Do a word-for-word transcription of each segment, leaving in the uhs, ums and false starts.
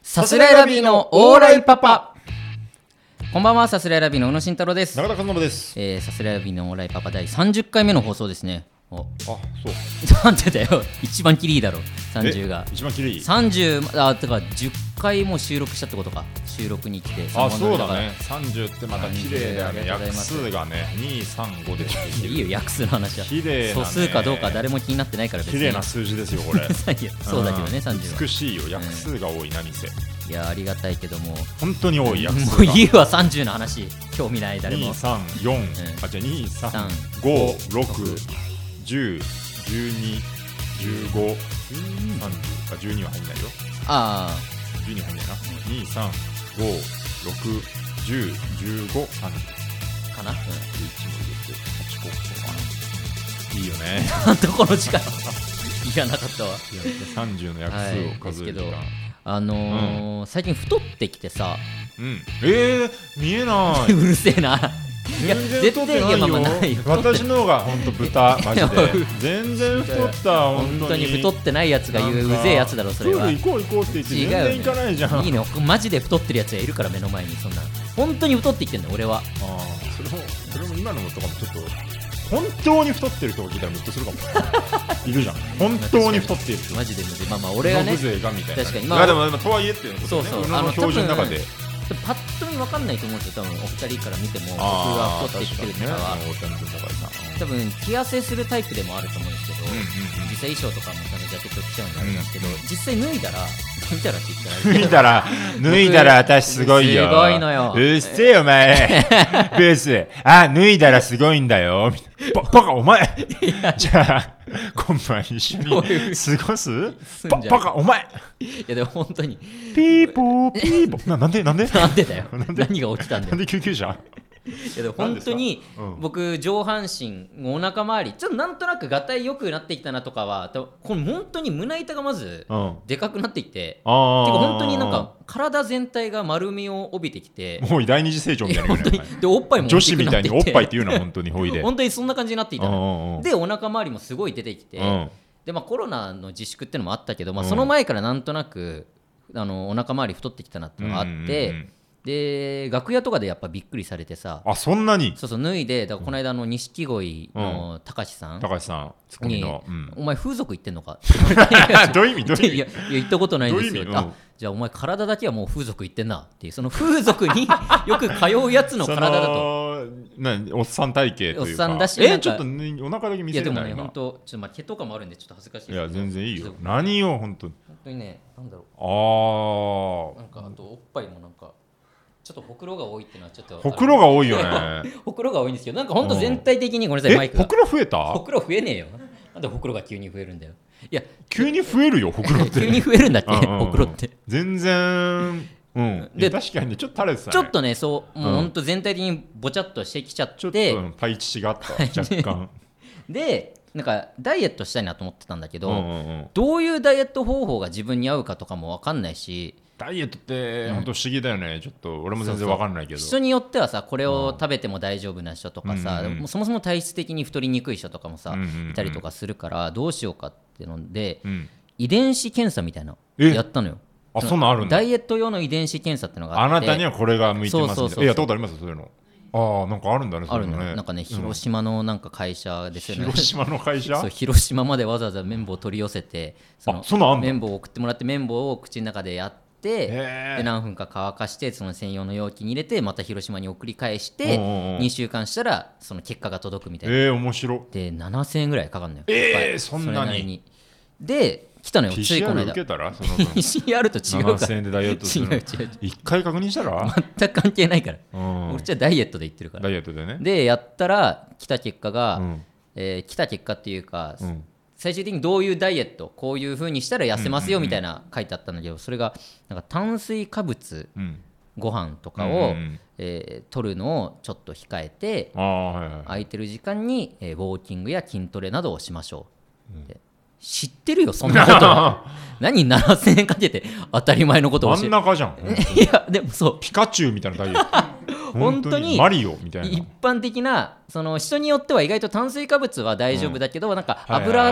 さすらいラビーのオーライパパ。こんばんは、さすらいラビーの宇野慎太郎です。 中田和伸です。 えー、さすらいラビーのオーライパパだいさんじゅっかいめの放送ですね。おあ、そうなんでだよ、一番きりいいだろさんじゅうが。 一番きりいいさんじゅう、あ、てかじゅっかいも収録したってことか。収録に来てあ、そうだね。さんじゅうってまた綺麗だよね。約数がねに、さん、ごでできてる。 いいよ、約数の話は。 綺麗なね、 素数かどうか誰も気になってないから別に綺麗な数字ですよこれそうだけどね、さんじゅうは美しいよ。約数が多い、何せ。 いや、ありがたいけども本当に多い約数が。 もういいわ、さんじゅうの話興味ない誰も。 に、さん、よん、あ、じゃあに、さん、ご、ろく、じゅう、じゅうに、じゅうご、さんじゅう、あ、じゅうには入んないよ。 ああ、 じゅうに入んないな。に、さん、ご、ろく、じゅう、じゅうご、さんじゅうかな、うん、 いちも入れてはちこかな。いいよね。 なんとこの時間いらなかったわ。 さんじゅうの約数を数える時間、はい、 あのーうん、最近太ってきてさ、 うん、えー、見えない。 うるせえな。 全然太ってないよ。私の方が本当豚マジで全然太った。 本当に太ってないやつが言ううぜえやつだろそれは。 行こう行こうって言って全然行かないじゃん。 いいね、マジで太ってるやつがいるから目の前に。そんな本当に太ってきてんだ俺は。ああ、それもそれも今のとかもちょっと本当に太ってる人が聞いたらムッとするかもいるじゃん。本当に太ってる人マジで。まあまあ俺がね、 確かに。 まあでもとはいえっていうのそうそう、 あの標準の中でパッと見分かんないと思うんですよ、多分お二人から見ても。僕が太ってきてるとかは多分着痩せするタイプでもあると思うんですけど、実際衣装とかもジャケット着ちゃうんであれなんですけど、実際脱いだら脱いだらって言ったら脱いだら脱いだら私すごいよ。 すごいのよ。 うっせえよお前ブース。あ、脱いだらすごいんだよ。ババカお前じゃあ今晩一緒に過ごすババカお前。 いやでも本当にピーポーピーポー な, なんでなんでなんでだよ何が起きたんだよ。 なんで救急車。 いやでも本当に僕上半身お腹周りちょっとなんとなくがたい良くなってきたなとかは、この本当に胸板がまずでかくなってきて、てか本当になんか体全体が丸みを帯びてきて、 もう第二次成長みたいな。 でおっぱいも女子みたいにおっぱいっていうのは本当にほいで本当にそんな感じになっていたので、お腹周りもすごい出てきて、で、まあ、コロナの自粛ってのもあったけど、まあ、その前からなんとなくあのお腹周り太ってきたなっていうのがあって、うんうんうん、で楽屋とかでやっぱびっくりされてさ。 あ、そんなに。 そうそう、脱いで、だからこの間の錦鯉の高橋さん、 高橋さんツッコミの、 うん、お前風俗行ってんのかどういう意味どういう意味。 いやいや行ったことないんですよ。あ、じゃあお前体だけはもう風俗行ってんなっていう、その風俗によく通うやつの体だとなおっさん体型というか、 おっさんだし、 えちょっと、ね、お腹だけ見せるな。 いやでもね、本当ちょっとまあ毛とかもあるんでちょっと恥ずかしい。 いや全然いいよ。何よ本当に本当にね、なんだろう。 ああ、なんかあとおっぱいもなんかちょっとほくろが多いっていうのはちょっとほくろが多いよねほくろが多いんですけど、なんか本当全体的にごめんなさい、マイクがほくろ増えた。 ほくろ増えねえよ。なんでほくろが急に増えるんだよ。いや急に増えるよほくろって急に増えるんだっけほくろって。 全然うんで確かにね、ちょっと垂れてたね。 ちょっとね、そうもう本当全体的にぼちゃっとしてきちゃって、 ちょっとパイチチがあった若干でなんかダイエットしたいなと思ってたんだけど、うんうんうん、どういうダイエット方法が自分に合うかとかも分かんないし、 ダイエットって本当不思議だよね、うん、ちょっと俺も全然分かんないけど、 そうそう、人によってはさ、これを食べても大丈夫な人とかさ、うんうん、もうそもそも体質的に太りにくい人とかもさ、うんうんうん、いたりとかするから、どうしようかってので、うん、遺伝子検査みたいなのやったのよ。 あ、そんなんあるんだ。 ダイエット用の遺伝子検査ってのがあって、 あなたにはこれが向いてますみたいな。 そうそうそうそう、 え、やったことあります？そういうの。ああ、なんかあるんだね。 あるのね。なんかね、広島のなんか会社ですよね。 広島の会社？ そう、広島までわざわざ綿棒を取り寄せて、そのその綿棒を送ってもらって、綿棒を口の中でやって、で何分か乾かして、その専用の容器に入れて、また広島に送り返して、にしゅうかんしたらその結果が届くみたいな。 えー、面白。 でななせんえんぐらいかかるのよ。 えー、そんなに。 それなりにで来たのよ。ついこの間。 ピーシーアール 受けたらそのピーシーアール と違うから。 ななせんえんでダイエットするの。違う違う。一回確認したら全く関係ないから。俺じゃダイエットで言ってるから。 ダイエットでね。 でやったら来た結果が、うんえー、来た結果っていうか、うん、最終的にどういうダイエット、こういう風にしたら痩せますよみたいな書いてあったんだけど、それがなんか炭水化物、うん、ご飯とかを、うんうんえー、取るのをちょっと控えて、あ、はいはい、空いてる時間に、えー、ウォーキングや筋トレなどをしましょう、うん、知ってるよそんなことは何ななせんえんかけて当たり前のことを教える。 真ん中じゃん。 いやでもそうピカチュウみたいなダイエット本当にマリオみたいな一般的な、その人によっては意外と炭水化物は大丈夫だけど、うん、なんか油っ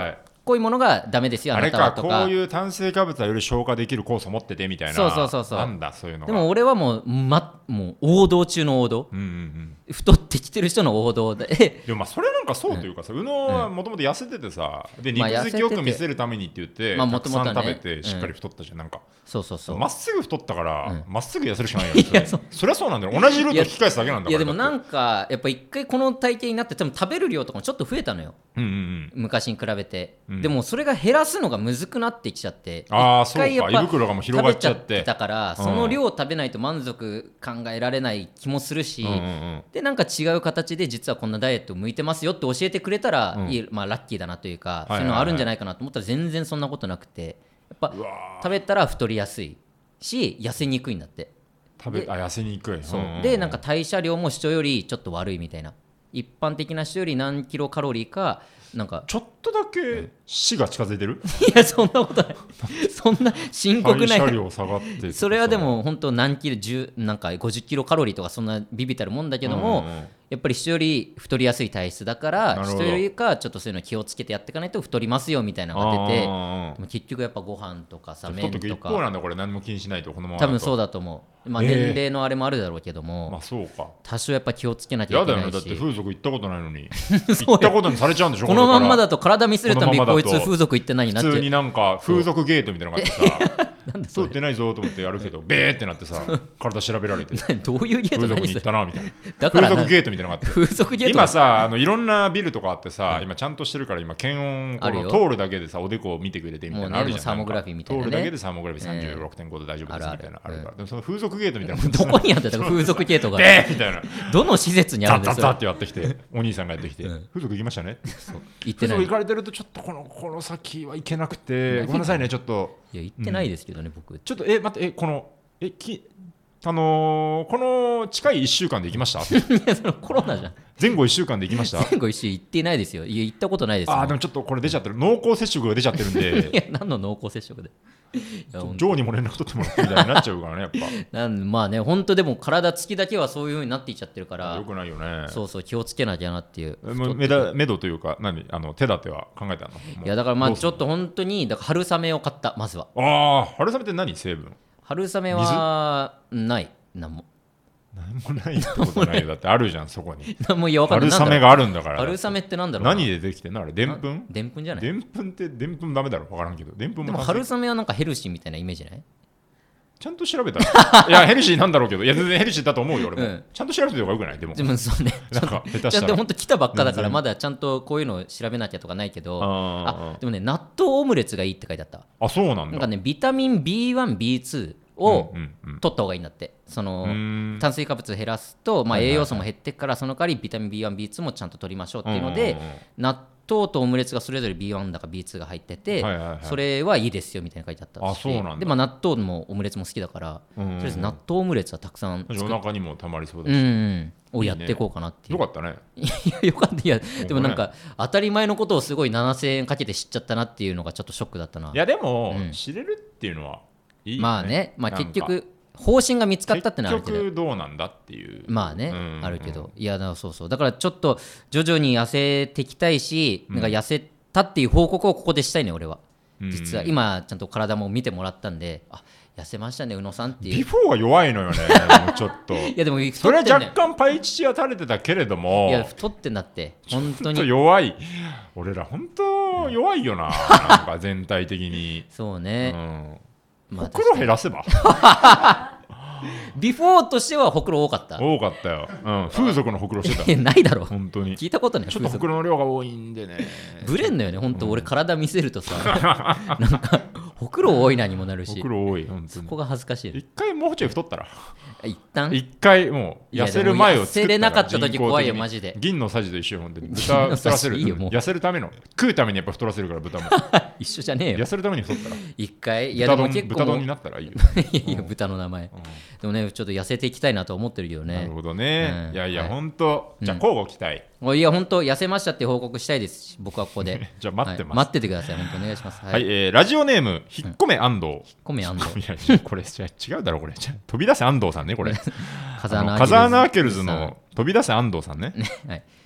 こういうものがダメですよああれなたはとか。 かこういう炭水化物はより消化できる酵素持っててみたいな。 そうそうそうそうなんだそういうのが。 でも俺はもう、ま、もう王道中の王道、 うんうんうん、 太ってきてる人の王道ででもまあそれなんかそうというかさ、うん、宇野はもともと痩せててさ、で肉付きよく見せるためにって言って、まあ、たくさん食べてしっかり太ったじゃん、なんかそうそうそうまっすぐ太ったからま、うん、っすぐ痩せるしかないよいやそそりゃそうなんだよ、同じルート引き返すだけなんだから。 いやでもなんかやっぱ一回この体型になって多分食べる量とかもちょっと増えたのよ、 うんうんうん、 昔に比べて、 うん、 でもそれが減らすのがむずくなってきちゃって、 ああそうか、胃袋がもう広がっちゃってだから、うん、その量を食べないと満足考えられない気もするし、うんうんうん、でなんか違う形で実はこんなダイエット向いてますよって教えてくれたら、うん、いいまあ、ラッキーだなというか、はいはいはい、そういうのあるんじゃないかなと思ったら全然そんなことなくて、やっぱ食べたら太りやすいし痩せにくいんだって。 食べあ痩せにくいそう、うんうん、でなんか代謝量も人よりちょっと悪いみたいな、一般的な人より何キロカロリーかなんかちょっとだけ死が近づいてるいやそんなことないそんな深刻ない代謝量下がってそれはでも本当何キロじゅうなんかごじゅっキロカロリーとかそんなビビたるもんだけども、うんうん、やっぱり人より太りやすい体質だから人よりかちょっとそういうの気をつけてやっていかないと太りますよみたいなのが出て、でも結局やっぱご飯とかさ麺とか一方なんだこれ、何も気にしないとこのまま多分そうだと思う、まあ、年齢のあれもあるだろうけども、 えー、まあそうか多少やっぱ気をつけなきゃいけないし。 やだよね、だって風俗行ったことないのに行ったことにされちゃうんでしょこのまんまだと体見せるためにこいつ風俗行ってないになっちゃう。 普通になんか風俗ゲートみたいなのがあってさ通ってないぞと思ってやるけどベーってなってさ体調べられてどういうゲート風俗に行ったなみたいなだから風俗ゲートみたいなのがあって風俗ゲート今さあのいろんなビルとかあってさ、うん、今ちゃんとしてるから今検温この通るだけでさおでこを見てくれてみたいなのあるじゃん、ね、 サーモグラフィーみたいな、ね、 通るだけでサーモグラフィー さんじゅうろくてんご で大丈夫ですみたいな、あるから、でもその風俗ゲートみたいなどこにあってた風俗ゲートがベーみたいなどの施設にあるんですか。 ザッザッザッってやってきてお兄さんがやってきて、うん、風俗行きましたねそう行ってない。風俗行かれてるとちょっとこのこの先は行けなくてごめんなさいねちょっと。 いや行ってないですけどね、うん、僕ちょっとえ待ってえこのえきあのー、この近いいっしゅうかんで行きましたいやそのコロナじゃん。 前後いっしゅうかんで行きました。 前後いっ週行ってないですよ。いや行ったことないです。 あでもちょっとこれ出ちゃってる、濃厚接触が出ちゃってるんでいや何の濃厚接触でジョーにも連絡取ってもらってみたいになっちゃうからねやっぱなんまあね本当でも体つきだけはそういう風になっていっちゃってるからよくないよね。 そうそう気をつけなきゃなっていう。 めだめどというか何あの手立ては考えたの。 いやだからまあちょっと本当にだから春雨を買ったまずは。 ああ春雨って何成分。 春雨はない何も何もないってことないよだってあるじゃんそこに何もいや分かんない。 春雨があるんだから。 春雨ってなんだろう。 何でできてんのあれでんぷん。 でんぷんじゃない。 でんぷんってでんぷんダメだろ分からんけどでんぷんも。 でも春雨はなんかヘルシーみたいなイメージないちゃんと調べたらいやヘルシーなんだろうけどいや全然ヘルシーだと思うよ俺も、うん、ちゃんと調べてた方がよくない。でもでもそうねなんか下手したらでも本当来たばっかだからまだちゃんとこういうのを調べなきゃとかないけど、あでもね納豆オムレツがいいって書いてあった。 あそうなんだ。 なんかねビタミン ビーワン、ビーツーを取った方がいいんだって。その炭水化物減らすと、まあ、栄養素も減ってからその代わりビタミン ビーワン、ビーツー もちゃんと取りましょうっていうので、納豆とオムレツがそれぞれ ビーワン だか ビーツー が入ってて、それはいいですよみたいな書いてあったし。 あそうなんだ。 で、まあ、納豆もオムレツも好きだからとりあえず納豆オムレツはたくさんお腹にもたまりそうだし、 うんうん、をやっていこうかなっていう。 よかったね。 いやよかった。いやでもなんか当たり前のことをすごいななせんえんかけて知っちゃったなっていうのがちょっとショックだったな。 いやでも、うん、知れるっていうのはいいよね。 まあね、まあ、結局方針が見つかったってのはあるけど結局どうなんだっていうまあね、うんうん、あるけどいやだそうそうだからちょっと徐々に痩せていきたいし、うん、なんか痩せたっていう報告をここでしたいね俺は、うん、実は今ちゃんと体も見てもらったんであ痩せましたね宇野さんっていう。 ビフォーが弱いのよねもうちょっといやでもそれは若干パイチチは垂れてたけれどもいや太ってなって本当にちょっと弱い。俺ら本当弱いよな、うん、なんか全体的にそうね、 うんまあ、ほくろ減らせばビフォーとしてはほくろ多かった多かったよ、うん、風俗のほくろしてたないだろ本当に聞いたことない。 ちょっとほくろの量が多いんでねブレんのよね本当、うん、俺体見せるとさなんかほくろ多いなにもなるしほくろ多い本当にそこが恥ずかしい。 一回もうちょい太ったら一旦一回もう痩せる前を作ったら痩せれなかった時怖いよマジで。 銀のさじと一緒よ本当に豚太らせるいいよもう痩せるための食うためにやっぱ太らせるから豚も一緒じゃねえよ痩せるために太ったら一回いやでも結構豚丼になったらいいよいやいや豚の名前、うん、でもねちょっと痩せていきたいなと思ってるけどね。 なるほどね、うん、いやいや、はい、本当じゃあ交互期待、 うん、いや本当痩せましたって報告したいですし僕はここでじゃあ待ってます、 はい、待っててください本当お願いします。 はい、はいえー、ラジオネームひっこめ安藤、うん、 ひっこめ安藤いやこれ違うだろこれ飛び出せ安藤さんねこれ風穴アーケルズの飛び出せ安藤さんねはい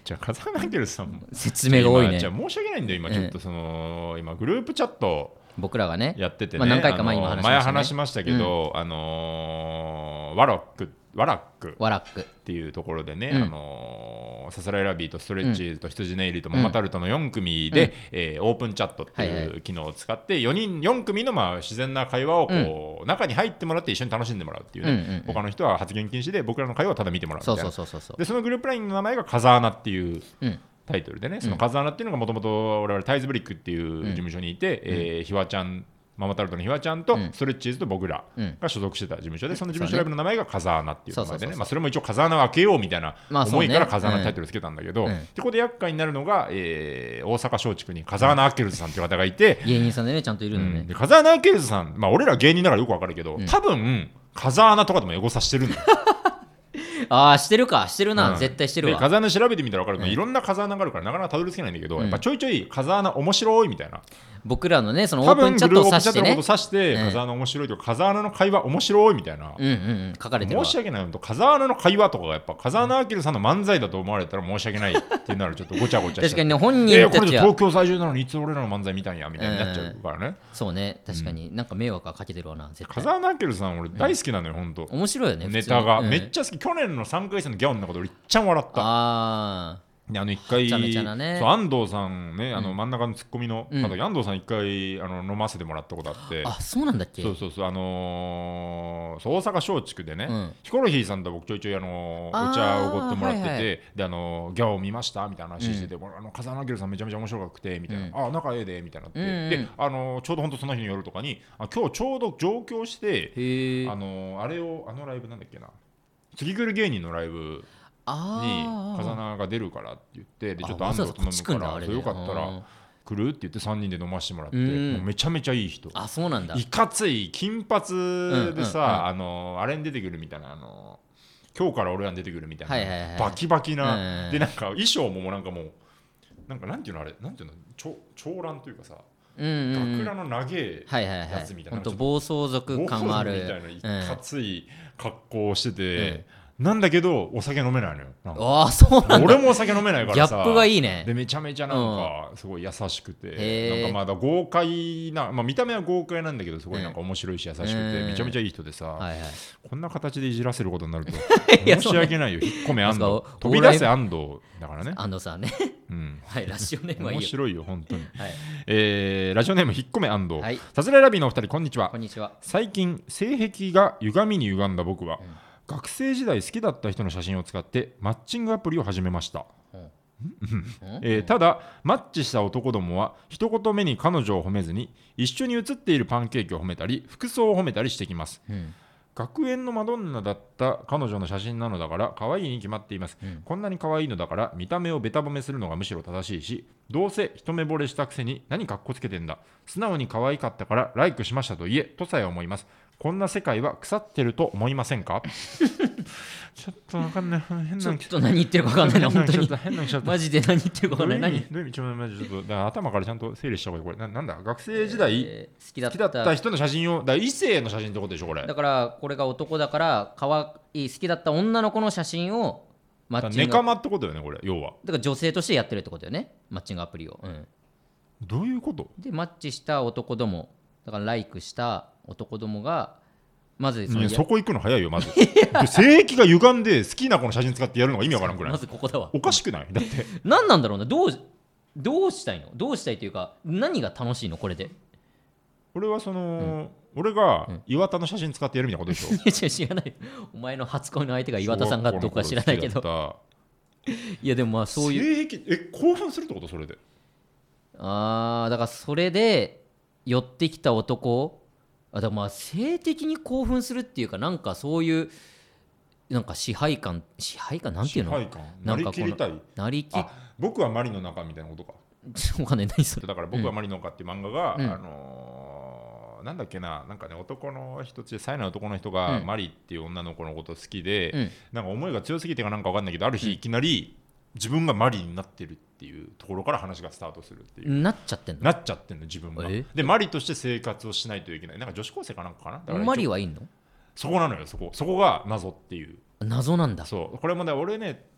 じゃあ風間明ルさんも説明が多いね。 じゃあ申し訳ないんだよ今ちょっとその、うん、今グループチャット僕らがねやっててね、 まあ、何回か前にも話しました、ね、 前話しましたけど、うん、あのー、ワロックワラックワラックっていうところでね、 うん、 あのー、さすらいラビーとストレッチーズと羊ネイリとママタルトのよん組で、うんえー、オープンチャットっていう機能を使ってよにんよん組のまあ自然な会話をこう、うん、中に入ってもらって一緒に楽しんでもらうっていうね、うんうんうん、他の人は発言禁止で僕らの会話をただ見てもらうみたいな。 そうそうそうそうでそのグループラインの名前が風穴っていう、 うんタイトルでね、その風穴っていうのがもともと我々タイズブリックっていう事務所にいて、うんえー、ひわちゃんママタルトのひわちゃんとストレッチーズと僕らが所属してた事務所で、その事務所ライブの名前が風穴っていう名前でね、それも一応風穴を開けようみたいな思いから風穴タイトルつけたんだけど、でここで厄介になるのが、えー、大阪松竹に風穴アケルズさんっていう方がいて、 芸人さんでねちゃんといるのね、 うん、で風穴アケルズさん、まあ俺ら芸人だからよくわかるけど、多分風穴とかでもエゴサしてるんだよああしてるかしてるな、うん、絶対してるわ。 で風穴調べてみたら分かるけど、うん、いろんな風穴があるからなかなかたどり着けないんだけど、うん、やっぱちょいちょい風穴面白いみたいな、 僕らのねそのオープンチャットを指してね、 多分グループチャットのこと指して、うん、風穴面白いとか風穴の会話面白いみたいな、 うんうんうん、書かれてる申し訳ないのと風穴の会話とかがやっぱ風穴明さんの漫才だと思われたら申し訳ないってなるちょっとごちゃごちゃして確かにね本人たちは、 えー、これで東京在住なのにいつ俺らの漫才見たんやみたいになっちゃうからね、うん、 そうね確かに、うん、なんか迷惑はかけてるわな絶対。 風穴明さん俺大好きなのよ、うん、ほんと面白いよねネタが、うん、めっちゃ好き。去年のさんかげつのギャオンのこと俺いっちゃん笑った。 あであの一回めちゃめちゃなね、 そう安藤さんね、あの真ん中のツッコミの、うん、安藤さん一回あの飲ませてもらったことあって。 あそうなんだっけ。 そうそうそう、あのー、そう大阪松竹でね、うん、ヒコロヒーさんと僕ちょいちょい、あのー、お茶をおごってもらってて、はいはい、であのー、ギャオ見ましたみたいな話してて、うん、あの風穴明さんめちゃめちゃ面白くてみたいな、うん、あ仲ええでみたいなって、うんうん、で、あのー、ちょうど本当その日の夜とかにあ今日ちょうど上京してあのー、あれをあのライブなんだっけな次来る芸人のライブに風穴が出るからって言って、でちょっと安藤と飲むからそうよかったら来るって言ってさんにんで飲ませてもらって、もうめちゃめちゃいい人。 あそうなんだ。 いかつい金髪でさ、あのあれに出てくるみたいな、あの今日から俺らに出てくるみたいな、はいはいはい、バキバキな、うん、でなんか衣装もなんかもうなんかなんていうのあれなんていうの長長蘭というかさ、うんうんうん、学ラの長いやつみたいな、 本当暴走族感もあるみたいないかつい格好をしてて、うんなんだけどお酒飲めないのよ。なんかあそうなんだ。 俺もお酒飲めないからさ、 ギャップがいいね。 でめちゃめちゃなんかすごい優しくて、うん、なんかまだ豪快な、まあ、見た目は豪快なんだけどすごいなんか面白いし優しくて、うん、めちゃめちゃいい人でさ、はいはい、こんな形でいじらせることになると申し訳ないよ。引っ込め安藤飛び出せ安藤だからね。 安藤さんね、うん、はいラジオネームはいいよ。 面白いよ本当に、はいえー、ラジオネーム引っ込め安藤、はい、さすらいラビーのお二人こんにちは。 こんにちは。 最近性癖が歪みに歪んだ僕は、うん学生時代好きだった人の写真を使ってマッチングアプリを始めました、うんえー、ただマッチした男どもは一言目に彼女を褒めずに一緒に写っているパンケーキを褒めたり服装を褒めたりしてきます、うん、学園のマドンナだった彼女の写真なのだから可愛いに決まっています、うん、こんなに可愛いのだから見た目をベタ褒めするのがむしろ正しいし、どうせ一目惚れしたくせに何かっこつけてんだ、素直に可愛かったからライクしましたと言えとさえ思います。こんな世界は腐ってると思いませんかちょっとわかんない。変なちょっと何言ってるかわかんないな本当に。 変なマジで何言ってるかわかんない。何？ どういう意味？ちょっとマジちょっと頭からちゃんと整理した方がいいこれ。な, なんだ学生時代、えー、好きだった、好きだった人の写真をだから異性の写真ってことでしょこれ。 だからこれが男だから可愛い好きだった女の子の写真をマッチング。 ネカマってことよねこれ要は。 だから女性としてやってるってことよねマッチングアプリを。うん、 どういうこと？ でマッチした男どもだからライクした男どもがまず そ, そこ行くの早いよまず性癖が歪んで好きな子の写真使ってやるのが意味わからんくらい。 まずここだわ。 おかしくない？だって何なんだろうな。どうどうしたいの？どうしたいというか何が楽しいのこれで。 俺はその、うん、俺が岩田の写真使ってやるみたいなことでしょ。 いや知らない。お前の初恋の相手が岩田さんがどうか知らないけどいやでもまあそういう性癖え興奮するってことそれで。 ああだからそれで寄ってきた男あだまあ性的に興奮するっていうかなんかそういうなんか支配感支配感なんていうの支配感なりきりたいなりきあ僕はマリの中みたいなことかお金ないそれだから僕はマリの中っていう漫画が、 うん、 あのー、なんだっけななんかね男の人冴えない男の人が、うん、マリっていう女の子のこと好きで、うん、なんか思いが強すぎてかなんか分かんないけどある日いきなり自分がマリになってるっていうところから話がスタートするっていうなっちゃってんのなっちゃってんの自分がでマリとして生活をしないといけないなんか女子高生かなんかかなだからマリはいんのそこなのよそこそこが謎っていう謎なんだそうこれもね俺ね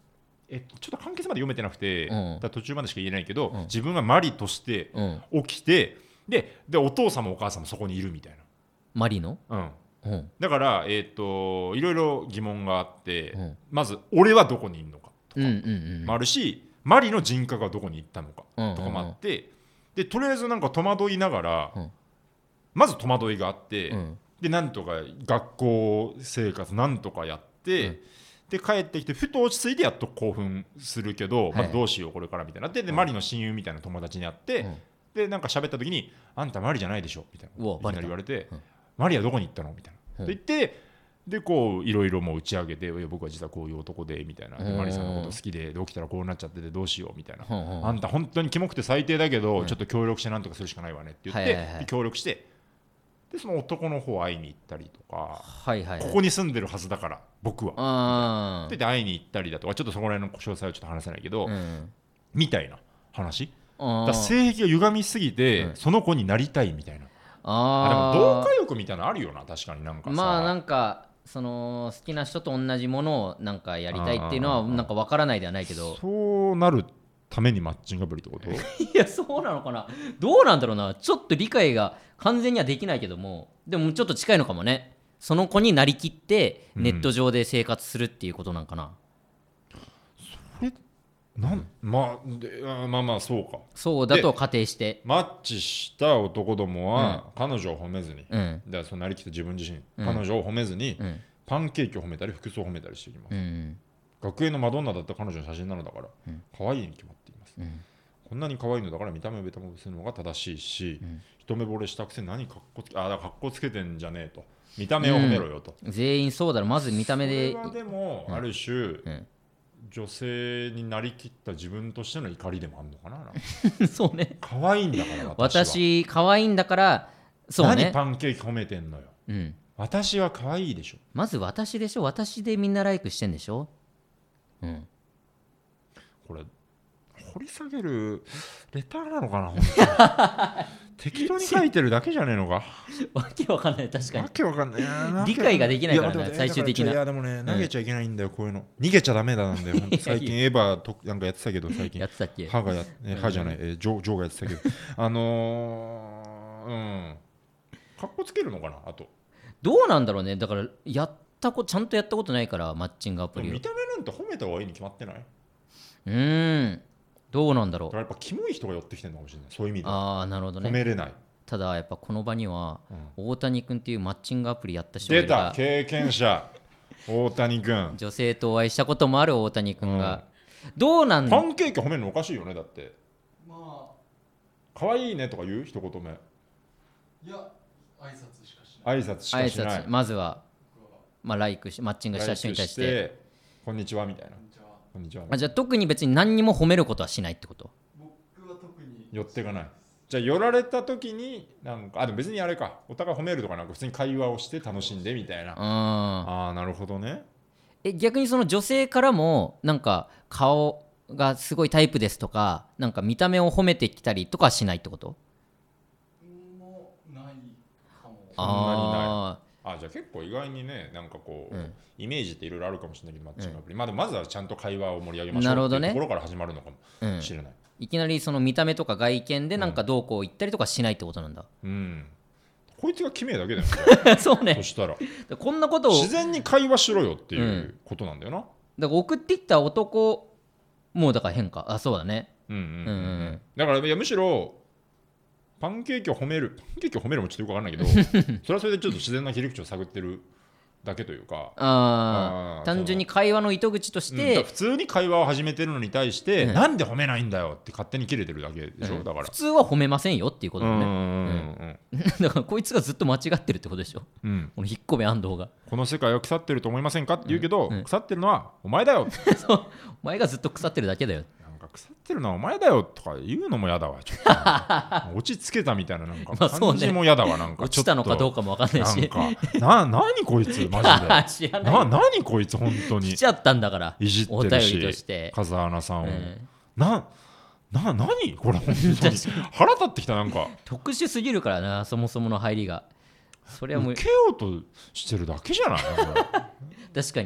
えちょっと完結まで読めてなくて、 うん、 だ途中までしか言えないけど、 うん、 自分がマリとして起きて、うん、で, でお父さんもお母さんもそこにいるみたいな。 マリの、 うんうん、 だから、えー、といろいろ疑問があって、 うん、 まず俺はどこにいるのかとかもあるし、マリの人格はどこに行ったのかとかもあって、うんうんうん、でとりあえずなんか戸惑いながら、うん、まず戸惑いがあって、うん、でなんとか学校生活なんとかやって、うん、で帰ってきてふと落ち着いてやっと興奮するけど、はい、まずどうしようこれからみたいなで、で、うん、マリの親友みたいな友達に会って、うん、でなんか喋った時にあんたマリじゃないでしょみたいないきなり言われて、うん、マリはどこに行ったのみたいな、うん、と言ってでこういろいろもう打ち上げて僕は実はこういう男でみたいな、でマリさんのこと好きでで起きたらこうなっちゃっててどうしようみたいな、うん、あんた本当にキモくて最低だけど、うん、ちょっと協力してなんとかするしかないわねって言って、はいはいはい、で協力してでその男の方会いに行ったりとか、はいはいはい、ここに住んでるはずだから僕はあで会いに行ったりだとかちょっとそこら辺の詳細はちょっと話せないけど、うん、みたいな話だ性癖が歪みすぎて、うん、その子になりたいみたいなああでも同化欲みたいなのあるよな確かになんかさまあなんかその好きな人と同じものをなんかやりたいっていうのはなんか分からないではないけどそうなるためにマッチングアプリってこといやそうなのかなどうなんだろうなちょっと理解が完全にはできないけどもでもちょっと近いのかもねその子になりきってネット上で生活するっていうことなんかな、 うん、それなんまあでまあまあそうかそうだと仮定してマッチした男どもは彼女を褒めずに、うん、だからそのなりきった自分自身、うん、彼女を褒めずに、うん、パンケーキを褒めたり服装を褒めたりしていきます、うん、学園のマドンナだった彼女の写真なのだから、うん、可愛いに決まっています、うん、こんなに可愛いのだから見た目をベタ褒めするのが正しいし、うん、一目惚れしたくせに何かっこつけあだからかっこつけてんじゃねえと見た目を褒めろよと、 うん、全員そうだろまず見た目でそれはでもある種、うんうん女性になりきった自分としての怒りでもあるのか な, なそうね可愛いんだから私は私可愛いんだからそうね何パンケーキ褒めてんのよ、うん、私は可愛いでしょまず私でしょ私でみんなライクしてんでしょ、うん、 これ掘り下げるレターなのかな本当に適当に書いてるだけじゃねえのかわけわかんない確かにわけわかんない理解ができないからね最終的ないやでもね投げちゃいけないんだよ、うん、こういうの逃げちゃダメだなんだよ最近エヴァとなんかやってたけど最近やってたっけ歯がや歯じゃない、えー、ジョー、ジョーがやってたけどあのー、うんかっこつけるのかなあとどうなんだろうねだからやったこちゃんとやったことないからマッチングアプリを見た目なんて褒めた方がいいに決まってない？ うーんどうなんだろうだからやっぱキモい人が寄ってきてるのかもしれないそういう意味でああなるほどね褒めれないただやっぱこの場には、うん、大谷君っていうマッチングアプリやった人がいる出た経験者大谷君女性とお会いしたこともある大谷君が、うん、どうなんパンケーキ褒めるのおかしいよねだってまあ可愛いねとか言う一言目いや挨拶しかしない挨拶しかしないまずは、まあ、ライクしマッチングした人に対してこんにちはみたいなこんにちはあじゃあ特に別に何にも褒めることはしないってこと僕は特に寄っていかないじゃあ寄られた時になんかあでも別にあれかお互い褒めるとかなんか普通に会話をして楽しんでみたいなああなるほどねえ逆にその女性からもなんか顔がすごいタイプですとかなんか見た目を褒めてきたりとかしないってこともうないかもそんなにないあじゃあ結構意外にねなんかこう、うん、イメージっていろいろあるかもしれないけどマッチングアプリ、うんまあ、まずはちゃんと会話を盛り上げましょうっていうところから始まるのかもしれない、うん、 いきなりその見た目とか外見でなんかどうこう言ったりとかしないってことなんだうん、うん、こいつが決めだけだよねそうねそしたらこんなことを自然に会話しろよっていうことなんだよな、うん、 だから送っていった男もうだから変かあそうだねうんうんうん、うん、だからいやむしろパンケーキを褒めるパンケーキを褒めるもちょっとよくわかんないけどそれはそれでちょっと自然な切り口を探ってるだけというかああ単純に会話の糸口として、 うん、普通に会話を始めてるのに対して、うん、なんで褒めないんだよって勝手に切れてるだけでしょ、うん、だから普通は褒めませんよっていうことだね、うんうんうん、だからこいつがずっと間違ってるってことでしょ、うん、この引っ込め安藤がこの世界は腐ってると思いませんかって言うけど、うんうん、腐ってるのはお前だよそうお前がずっと腐ってるだけだよ腐ってるのはお前だよとか言うのもやだわちょっと落ち着けたみたいななんか感じもやだわなんか落ちたのかどうかも分かんないしなんかな何こいつマジでな何こいつ本当に来ちゃったんだからいじってるしお便りとして風穴さんを、うん、なな何これ本当に腹立ってきたなんか特殊すぎるからなそもそもの入りがそれはもう受けようとしてるだけじゃない確かに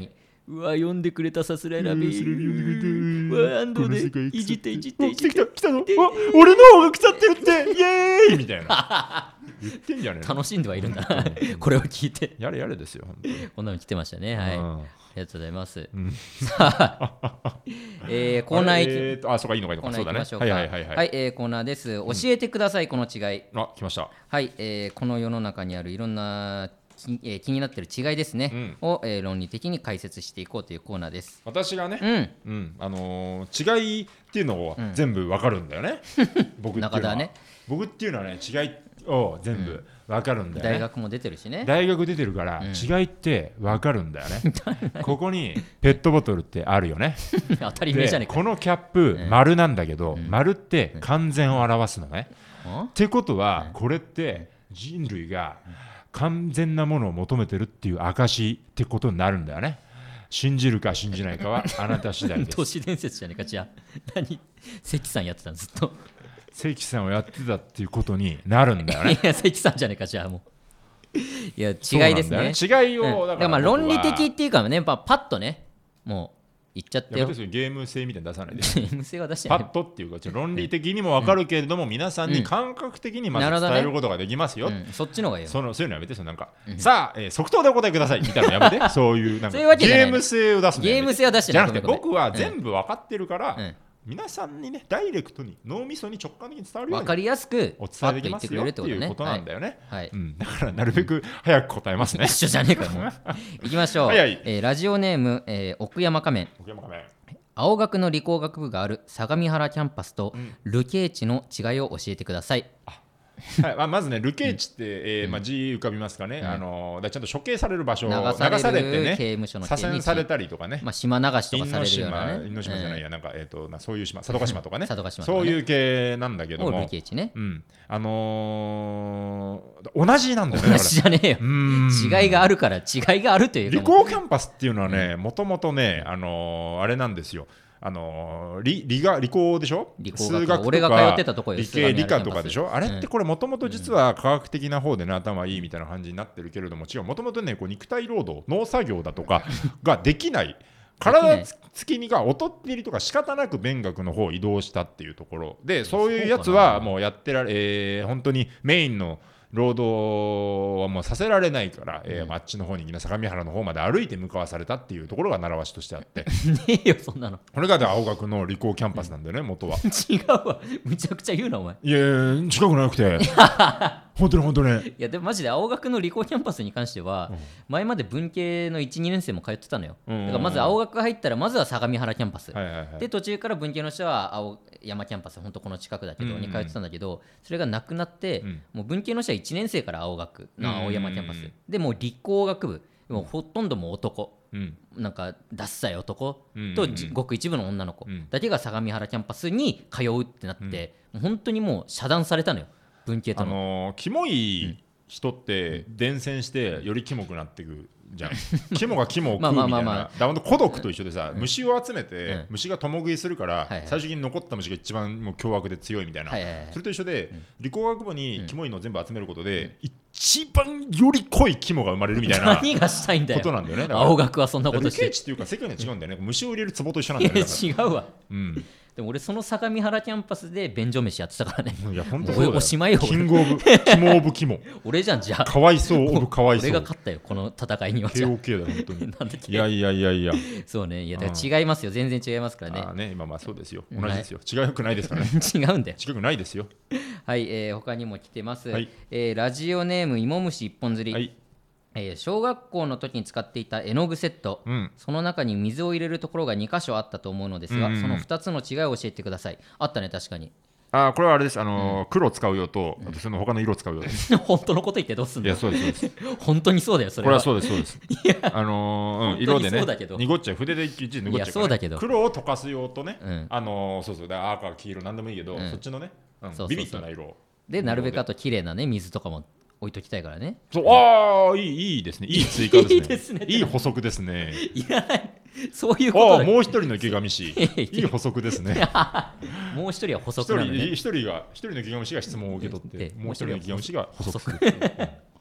うわ読んでくれたさすらいラビうんそれ読んでくれたうわ安藤でこの世界いじっていじっておいじって来た来た来たぞあ俺の方が腐ってるってイエーイみたいな言ってんじゃねえの楽しんではいるんだなこれを聞いてやれやれですよ本当にこんなの来てましたねはいうんありがとうございます、 うんさあ、えー、コーナー行き、 えーとあそうかいいのかいいのコーかそうだねナー行きましょうかはいはいはいはい、 はい、えーコーナーです教えてください、この違いあ来ましたはい、えーこの世の中にあるいろんなき、えー気になってる違いですね、を、えー論理的に解説していこうというコーナーです私がね、 うんうんあのー違いっていうのを全部わかるんだよね、僕っていうのは中田はね僕っていうのはね違いを全部わかるんだよね、 大学も出てるしね大学出てるから違いってわかるんだよね、ここにペットボトルってあるよね当たり前じゃねでえかこのキャップ丸なんだけど、丸って完全を表すのね、 うんってことはこれって人類が完全なものを求めてるっていう証ってことになるんだよね。信じるか信じないかはあなた次第です。 都市伝説じゃねえかじゃあ何関さんやってたのずっと関さんをやってたっていうことになるんだよね。 いや関さんじゃねえかじゃあもういや違いですねそうなんだよね違いを、 うんだだかからまあ論理的僕はっていうかね、まあ、パッとねもう言っちゃってよやめてそれゲーム性みたいに出さないでゲーム性は出してパないッとっていうかちょ論理的にも分かるけれども、皆さんに感覚的にまず伝えることができますよ、 うん、そっちの方がいいよそのそういうのやめてそのなんか、さあ、えー即答でお答えくださいみたいなのやめてそういうなんかそういうわけじゃないゲーム性を出すのやめてゲーム性は出してないじゃなくてごめんごめん僕は全部分かってるから、 うん皆さんにねダイレクトに脳みそに直感的に伝わるよう分にかりやすくおパッと伝えできます言ってくれるっよってていうことねことなんだよね、 はい、はいうん、だからなるべく早く答えますね一緒じゃねえかよもういきましょう、 はいはいえーラジオネーム、えー奥山仮面奥山仮面青学の理工学部がある相模原キャンパスと流刑地の違いを教えてください、 はいまあ、まずね、流刑地って、えーまあ、字浮かびますかね、あのーだからちゃんと処刑される場所、 流流されるされてね、 刑務所の左刑に遷されたりとかね、 まあ、島流しとか因されるよう島、 なね因島じゃないや、なんか、えーとなそういう島、佐渡島とかね、 佐渡島とかねそういう系なんだけどもう流も、 刑地ねうん、あのー同じなんだよね、 同だからじじゃねえようーん違いがあるから違いがあるという理か工キャンパスっていうのはね、もともとね、あのーあれなんですよ。あのー理理が理工でしょ理工学部数学とか俺が通ってたとこよ理相模原系理科とかでしょ、 キャンパスあれってこれもともと実は科学的な方でね、頭いいみたいな感じになってるけれども違う、もともとねこう肉体労働農作業だとかができない体つきにが劣っているとか仕方なく勉学の方を移動したっていうところで、そういうやつはもうやってられ、えー本当にメインの労働はもうさせられないから、えーあっちの方にみんな相模原の方まで歩いて向かわされたっていうところが習わしとしてあってねえよそんなのこれがで青学の理工キャンパスなんだよね元は。 違うわむちゃくちゃ言うなお前いやいや近くなくて本当に本当にいやでもマジで青学の理工キャンパスに関しては、前まで文系のいち、にねん生も通ってたのよ、 うんだからまず青学入ったらまずは相模原キャンパス、 はいはいはいで途中から文系の人は青山キャンパス本当この近くだけど、 うんうんに通ってたんだけどそれがなくなって、 うんもう文系の人はいちねん生から青学の青山キャンパス、 うんうんうんでもう理工学部もうほとんどもう男うんなんかダッサい男うんとじごく一部の女の子うんだけが相模原キャンパスに通うってなって、もう本当にもう遮断されたのよ文系とあの、 のーキモい人って伝染してよりキモくなっていくじゃんキモがキモを食うみたいなまあまあまあまあだからほんと孤独と一緒でさ、虫を集めて、 うん虫が共食いするから、 はいはい最終的に残った虫が一番もう凶悪で強いみたいな、 はいはいはいそれと一緒で、理工学部にキモいのを全部集めることで、一番より濃いキモが生まれるみたいな何がしたいんだよことなんだよね。だから青学はそんなこと理して系地っていうか世界には違うんだよね、虫を入れる壺と一緒なんだよね。 いやだから違うわうんでも俺その相模原キャンパスで便所飯やってたからねいや本当もそううだよ。 おしまいよキングオブキモオブキモ俺じゃんじゃあかわいそうオブかわいそう俺が勝ったよこの戦いにはじゃあケーオーケー だよ本当になんでいやいやいやいやそうねいやだから違いますよ全然違いますからねあーね今まあそうですようん同じですよ、違うくないですからね違うんだよ違くないですよはい、えー他にも来てます、 はいえーラジオネーム芋虫一本釣り、 はいえー小学校の時に使っていた絵の具セット、 うんその中に水を入れるところがに箇所あったと思うのですが、 うんうんうんそのふたつの違いを教えてくださいあったね確かにあーこれはあれですあのー黒使うよとあとその他の色使うよです本当のこと言ってどうすんのいやそうですそうです本当にそうだよそれはこれはそうですそうですあのーうん、色でねそうだけど濁っちゃう筆で一日濁っちゃうから、ね、 いやそうだけど黒を溶かす用とね、 うんあのーそうそうだから赤黄色なんでもいいけど、 うんそっちのね、うんそうそうそうビビッドな色をでなるべくあと綺麗なね水とかも置いときたいからねそうああいいいいですねいい追加ですねいいですねいい補足ですねいらないそういうことだああもう一人の池上氏いやいやいい補足ですねもう一人は補一人足なのね一人が一人の池上氏が質問を受け取ってでもう一人の池上氏が補足する補っていう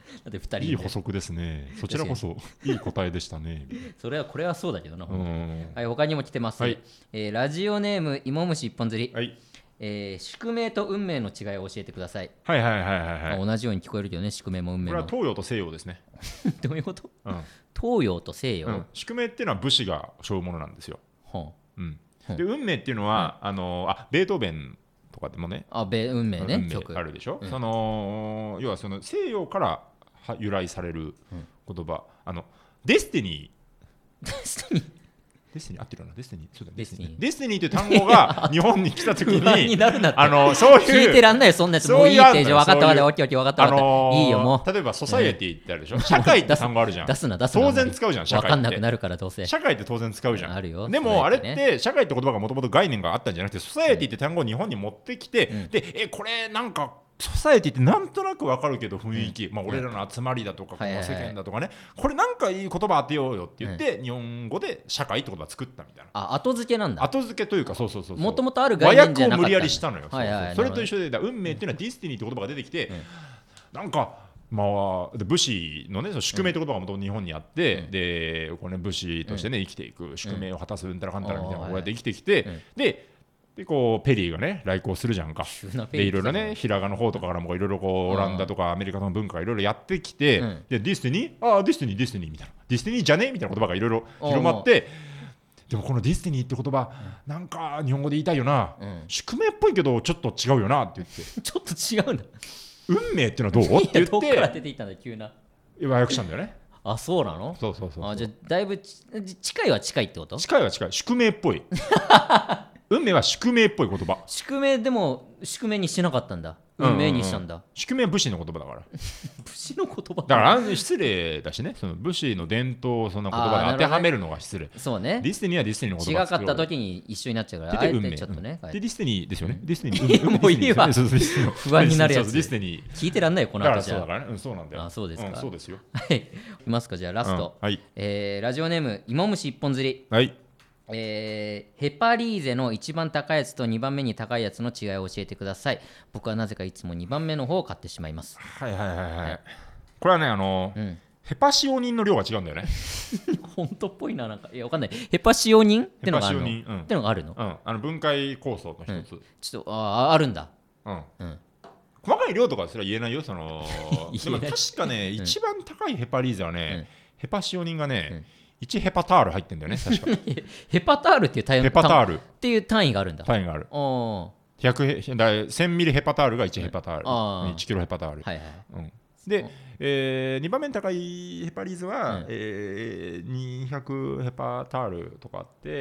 ってふたりいい補足ですね。そちらこそいい答えでしたね。 それはこれはそうだけどな、 うん、 はい、他にも来てます、 はいえーラジオネーム芋虫一本釣り、 はいえー宿命と運命の違いを教えてください、 はいはいはいはいまあはい。 同じように聞こえるけどね、宿命も運こ命もれは東洋と西洋ですね。 どういうこと？ うん東洋と西洋、 うん、宿命っていうのは武士が背負うものなんですよ。 はうんうんで運命っていうのは、あのあベートーベンとかでもね、 あ、べ運命ね、 運命曲あるでしょ、 うんその要はその西洋からは由来される言葉、あのデスティニーデスティニーデスティニー合ってるなデスティニーそうだデスティニーデスティニーという単語が日本に来た時不安にになるなってあのそういう聞いてらんないよそんなやつ。もういいって、じゃあ分かった分かった、オッケーオッケー分かった分かった、 あのーいいよもう例えばソサエティってあるでしょ、社会って単語あるじゃん出すな出すな、 当然使うじゃん社会って分かんなくなるからどうせ社会って当然使うじゃんあるよでもあれっソサエティねて社会って言葉がもともと概念があったんじゃなくてソサエティって単語を日本に持ってきて、 うんでえこれなんかソサエティってなんとなくわかるけど雰囲気、まあ、俺らの集まりだとか、この世はいはいはい間だとかね、これなんかいい言葉当てようよって言って、日本語で社会って言葉作ったみたいなあ、後付けなんだ。 後付けというかそうそうそうそうもともとある和概念じゃなかったんだ。 訳を無理やりしたのよ、 はいはいはい、 そうそうそれと一緒でだ運命っていうのはディスティニーって言葉が出てきて、なんかまあ、で武士のね、その宿命って言葉がもともと日本にあって、うん、でこうね、武士としてね、うん、生きていく宿命を果たすうんたらかんたらみたいなこうやって生きてきて、うん、ででこうペリーがね来航するじゃんか。でいろいろね平賀の方とかからもいろいろこうオランダとかアメリカの文化がいろいろやってきて、うん、でディスティニーああディスティニーディスティニーみたいなディスティニーじゃねみたいな言葉がいろいろ広まって、でもこのディスティニーって言葉、うん、なんか日本語で言いたいよな、うん、宿命っぽいけどちょっと違うよなって言ってちょっと違うんだ。 運命っていうのはどうって言ってどっから出ていったんだ急な和訳したんだよね。 あ、そうなの？ そうそうそうそう。 あ、じゃあだいぶ近いは近いってこと？ 近いは近い。宿命っぽい運命は宿命っぽい言葉。 宿命でも宿命にしなかったんだ。運命にしたんだ。うんうんうん、 宿命は武士の言葉だから武士の言葉だから失礼だしね、その武士の伝統をその言葉で当てはめるのが失礼。 そうね。 ディスティニーはディスティニーの言葉違かった時に一緒になっちゃうから、 で運命ちょっとね、 うん、でディスティニーですよね。ディスティニーもういいわ。不安になるやつ。 ディスティニー聞いてらんないよこの後じゃ。 だからそうだからね、うん、そうなんだよ。 あ、そうですか。 うん、そうですよ。 はい。いきますか、じゃあラスト。 うん、はい。 えー、ラジオネーム芋虫一本釣り。 はい。 えー、ヘパリーゼの一番高いやつとにばんめに高いやつの違いを教えてください。僕はなぜかいつもにばんめの方を買ってしまいます。 はいはいはいはい、はい、これはね、あのーうん、ヘパシオニンの量が違うんだよね。 本当っぽいな、なんかいやわかんない。ヘパシオニンってのがあるの？うん、ってのがあるの？ うん、あの分解酵素の一つ、うん、 ちょっとああるんだ。 うん、うん、細かい量とかそれは言えないよ。そのでも確かね、うん、一番高いヘパリーゼはね、うん、ヘパシオニンがね、うんいちヘパタール入ってんだよね、確か。 ヘパタールっていう単位ヘパタールっていう単位があるんだ。 単位がある。ひゃくヘだせんミリヘパタールがいちヘパタール、いちキロヘパタール。はいはいうん、で、えー、にばんめに高いヘパリーゼは、うんえー、にひゃくヘパタールとかあって、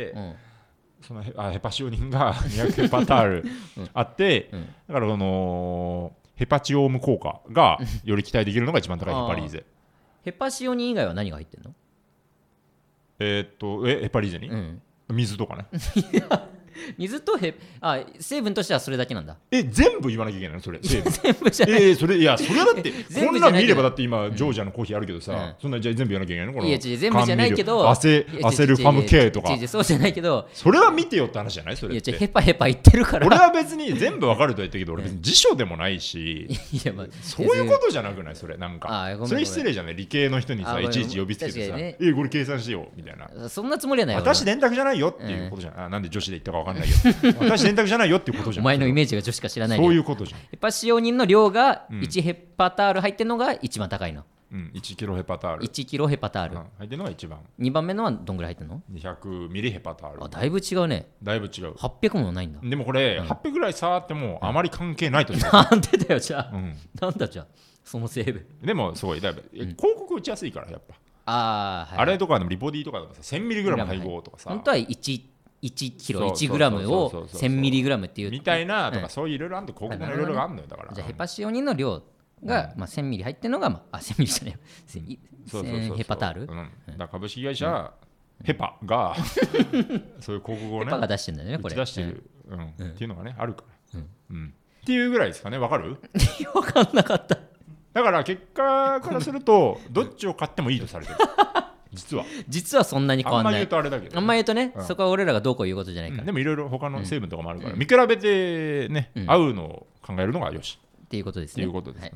うん、そのヘあヘパシオニンがにひゃくヘパタールあって、うん、だからそのヘパチオーム効果がより期待できるのが一番高いヘパリーゼ。 ヘパシオニン以外は何が入ってるの？ えー、っとえヘパリーゼに、うん、水とかね。 水とヘあ成分としてはそれだけなんだ。 え全部言わなきゃいけないのそれ成分全部じゃない。 えー、それいやそれだってこんなん見ればだって今、うん、ジョージアのコーヒーあるけどさ、うん、そんなじゃ全部言わなきゃいけないのこのいや全部じゃないけどアセアセルファム系とかいやそうじゃないけどそれは見てよって話じゃないそれって。 いやヘパヘパ言ってるから俺は別に全部わかると言ったけど俺別に辞書でもないしいや、まあ、そういうことじゃなくないそれなんかそれ失礼じゃない理系の人にさいちいち呼びつけてさ、ね、えこれ計算しようみたいなそんなつもりはないよ。 私電卓じゃないよっていうことじゃない、うん、あなんで女子で言ったかわかんないよ私電卓じゃないよっていうことじゃん。 お前のイメージが女子か知らないけどそういうことじゃん。 ヘパシオニンの量がいちヘパタール入ってるのが一番高いの。 うん、いちキロヘパタールいちキロヘパタール、うん、 入ってるのが一番。 にばんめのはどんぐらい入ってるの？ にひゃくミリヘパタール。 あだいぶ違うね。 だいぶ違う。 はっぴゃくもないんだ。 でもこれ、うん、はっぴゃくぐらい差あってもあまり関係ないと思う、 うん、なんでだよじゃあ、うん、なんだじゃあその成分でもすごいだいぶ、うん、広告打ちやすいからやっぱあ、はい、 あれとかでもリボディとかでもさ せんミリグラム 配合とかさ本当は1いちキロいちグラムをせんミリグラムっていうみたいなとか、うん、そういういろいろあるんで広告もいろいろあるのよ。だからじゃあヘパシオニンの量が、うんまあ、せんミリ入ってるのが、まあ、あせんミリじゃないせんヘパタール、うん、だから株式会社、うん、ヘパがそういう広告をねヘパが出してるんだよねこれ出してる、うんうん、っていうのがねあるから、うんうん、っていうぐらいですかね。わかる？ わかんなかった。 だから結果からするとどっちを買ってもいいとされてる実は実はそんなに変わんない。 あんま言うとあれだけど、ね、 あんま言うとね、うん、そこは俺らがどうこう言うことじゃないから、うん、 でもいろいろ他の成分とかもあるから、うん、見比べてね、うん、合うのを考えるのがよしっていうことですね。 っていうことです、 はいうん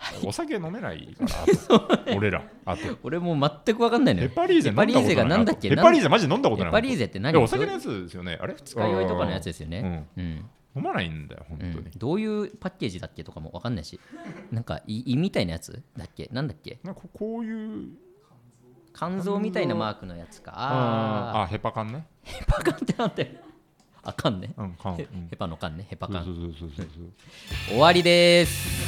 お酒飲めないから俺らあと俺もう全く分かんないのよ。 ヘパリーゼ飲んだことない。 ヘパリーゼがなんだっけ。 ヘパリーゼマジで飲んだことない。 ヘパリーゼって何？ お酒のやつですよね。あれ二日酔いとかのやつですよね。 うん、うん、飲まないんだよ本当に、うん、 どういうパッケージだっけとかも分かんないし、なんか胃みたいなやつだっけ、なんだっけ、 なんかこういう肝臓みたいなマークのやつか。 ああヘパカンね。 ヘパカンってなんてあかんね、 うん、かん、うん、 ヘパのカンね、ヘパカン。 そうそうそうそうそう終わりでーす。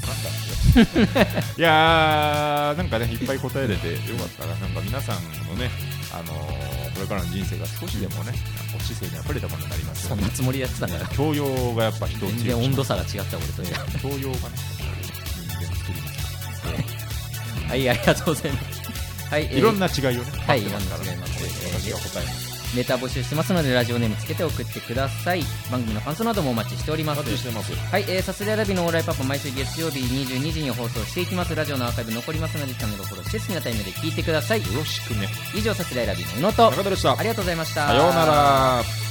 いやーなんかねいっぱい答えれてよかったな。なんか皆さんのね、あのー、これからの人生が少しでもね知性にあふれたものになりますよね。 そんなつもりでやってたんだから。 教養がやっぱ人を強くします。 全然温度差が違った俺とじゃ教養がね人間作ります。 はい、ありがとうございます。はい、 いろんな違いをね、 はい、いろんな違います。 私が答えます。 ネタ募集してますのでラジオネームつけて送ってください。番組の感想などもお待ちしております。 お待ちしてます。 はい、えー、サスレラビのオーライパパ毎週月曜日にじゅうにじに放送していきます。ラジオのアーカイブ残りますのでチャンネル登録して好きなタイムで聞いてください。 よろしくね。 以上サスレラビの宇野と中田でした。 ありがとうございました。 さようなら。